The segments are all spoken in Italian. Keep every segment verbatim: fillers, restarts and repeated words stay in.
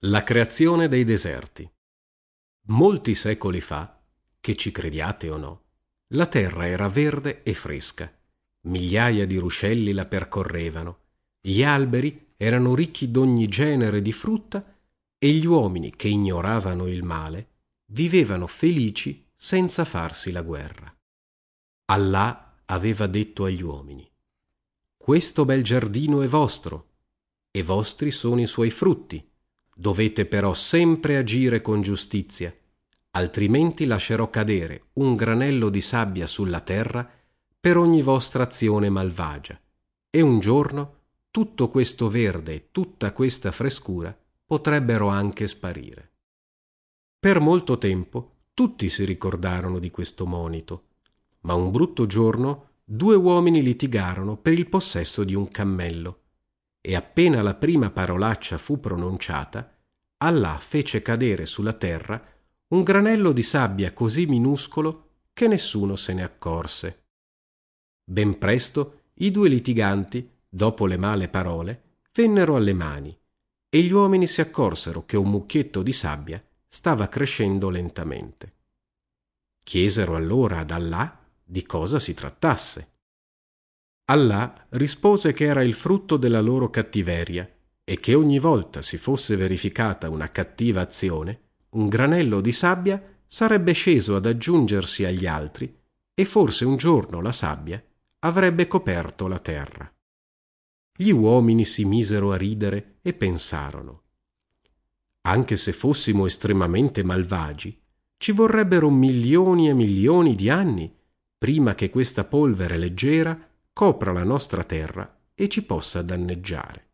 La creazione dei deserti. Molti secoli fa, che ci crediate o no, la terra era verde e fresca, migliaia di ruscelli la percorrevano, gli alberi erano ricchi d'ogni genere di frutta e gli uomini che ignoravano il male vivevano felici senza farsi la guerra. Allah aveva detto agli uomini: «Questo bel giardino è vostro, e vostri sono i suoi frutti. Dovete però sempre agire con giustizia, altrimenti lascerò cadere un granello di sabbia sulla terra per ogni vostra azione malvagia, e un giorno tutto questo verde e tutta questa frescura potrebbero anche sparire». Per molto tempo tutti si ricordarono di questo monito, ma un brutto giorno due uomini litigarono per il possesso di un cammello, e appena la prima parolaccia fu pronunciata, Allah fece cadere sulla terra un granello di sabbia così minuscolo che nessuno se ne accorse. Ben presto i due litiganti, dopo le male parole, vennero alle mani, e gli uomini si accorsero che un mucchietto di sabbia stava crescendo lentamente. Chiesero allora ad Allah di cosa si trattasse. Allah rispose che era il frutto della loro cattiveria e che ogni volta si fosse verificata una cattiva azione, un granello di sabbia sarebbe sceso ad aggiungersi agli altri e forse un giorno la sabbia avrebbe coperto la terra. Gli uomini si misero a ridere e pensarono: anche se fossimo estremamente malvagi, ci vorrebbero milioni e milioni di anni prima che questa polvere leggera copra la nostra terra e ci possa danneggiare.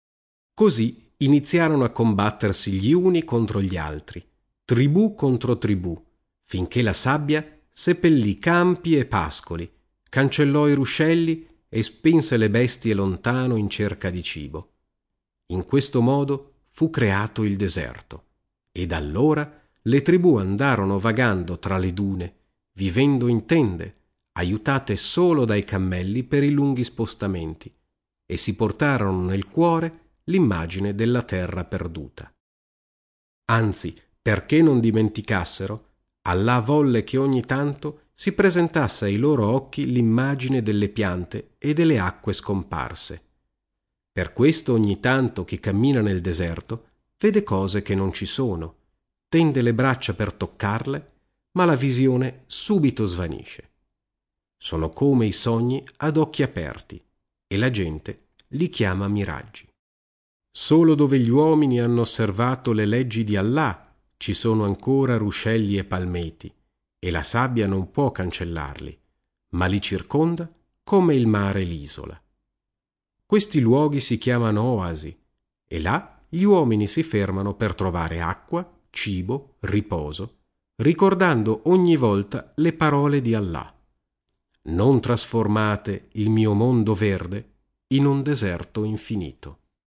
Così iniziarono a combattersi gli uni contro gli altri, tribù contro tribù, finché la sabbia seppellì campi e pascoli, cancellò i ruscelli e spinse le bestie lontano in cerca di cibo. In questo modo fu creato il deserto, e da allora le tribù andarono vagando tra le dune, vivendo in tende, aiutate solo dai cammelli per i lunghi spostamenti, e si portarono nel cuore l'immagine della terra perduta. Anzi, perché non dimenticassero, Allah volle che ogni tanto si presentasse ai loro occhi l'immagine delle piante e delle acque scomparse. Per questo ogni tanto chi cammina nel deserto vede cose che non ci sono, tende le braccia per toccarle, ma la visione subito svanisce. Sono come i sogni ad occhi aperti, e la gente li chiama miraggi. Solo dove gli uomini hanno osservato le leggi di Allah ci sono ancora ruscelli e palmeti, e la sabbia non può cancellarli, ma li circonda come il mare l'isola. Questi luoghi si chiamano oasi, e là gli uomini si fermano per trovare acqua, cibo, riposo, ricordando ogni volta le parole di Allah: non trasformate il mio mondo verde in un deserto infinito.